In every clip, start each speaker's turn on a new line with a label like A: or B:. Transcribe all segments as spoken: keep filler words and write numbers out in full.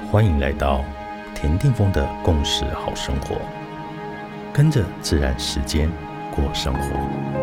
A: 欢迎来到田定峰的共识好生活，跟着自然时间过生活。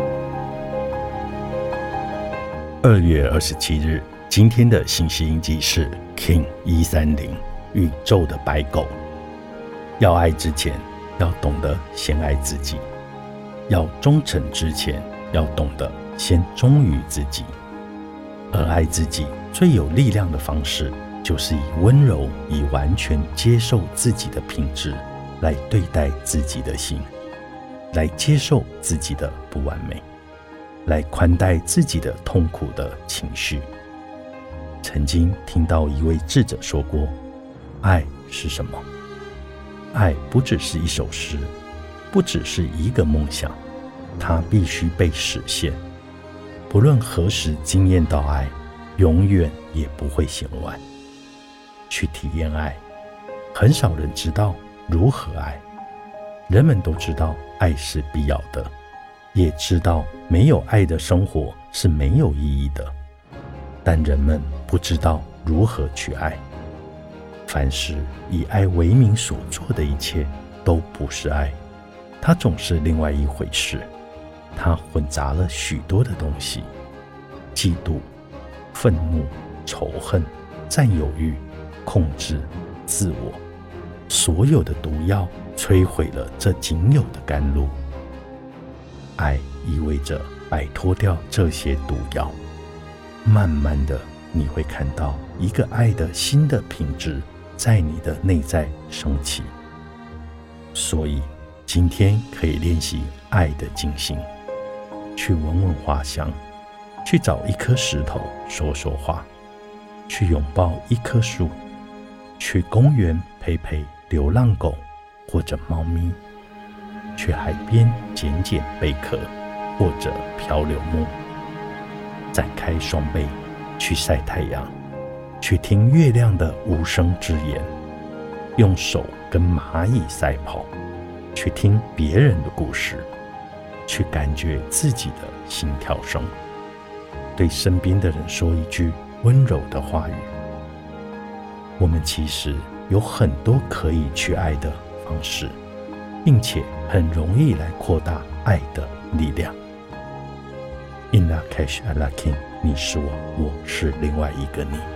A: 二月二十七日，今天的信息印记是 King 一三零宇宙的白狗。要爱之前，要懂得先爱自己；要忠诚之前，要懂得先忠于自己。而爱自己最有力量的方式，就是以温柔、以完全接受自己的品质来对待自己的心，来接受自己的不完美，来宽待自己的痛苦的情绪。曾经听到一位智者说过，爱是什么？爱不只是一首诗，不只是一个梦想，它必须被实现。不论何时经验到爱，永远也不会嫌晚。去体验爱，很少人知道如何爱。人们都知道爱是必要的，也知道没有爱的生活是没有意义的，但人们不知道如何去爱。凡是以爱为名所做的一切都不是爱，它总是另外一回事。它混杂了许多的东西，嫉妒、愤怒、仇恨、占有欲、控制、自我，所有的毒药摧毁了这仅有的甘露。爱意味着摆脱掉这些毒药，慢慢的你会看到一个爱的新的品质在你的内在升起。所以今天可以练习爱的静心，去闻闻花香，去找一颗石头说说话，去拥抱一棵树，去公园陪陪流浪狗或者猫咪，去海边捡捡贝壳或者漂流木，展开双臂去晒太阳，去听月亮的无声之言，用手跟蚂蚁赛跑，去听别人的故事，去感觉自己的心跳声，对身边的人说一句温柔的话语。我们其实有很多可以去爱的方式，并且很容易来扩大爱的力量。In Lak'ech Ala K'in， 你是我，我是另外一个你。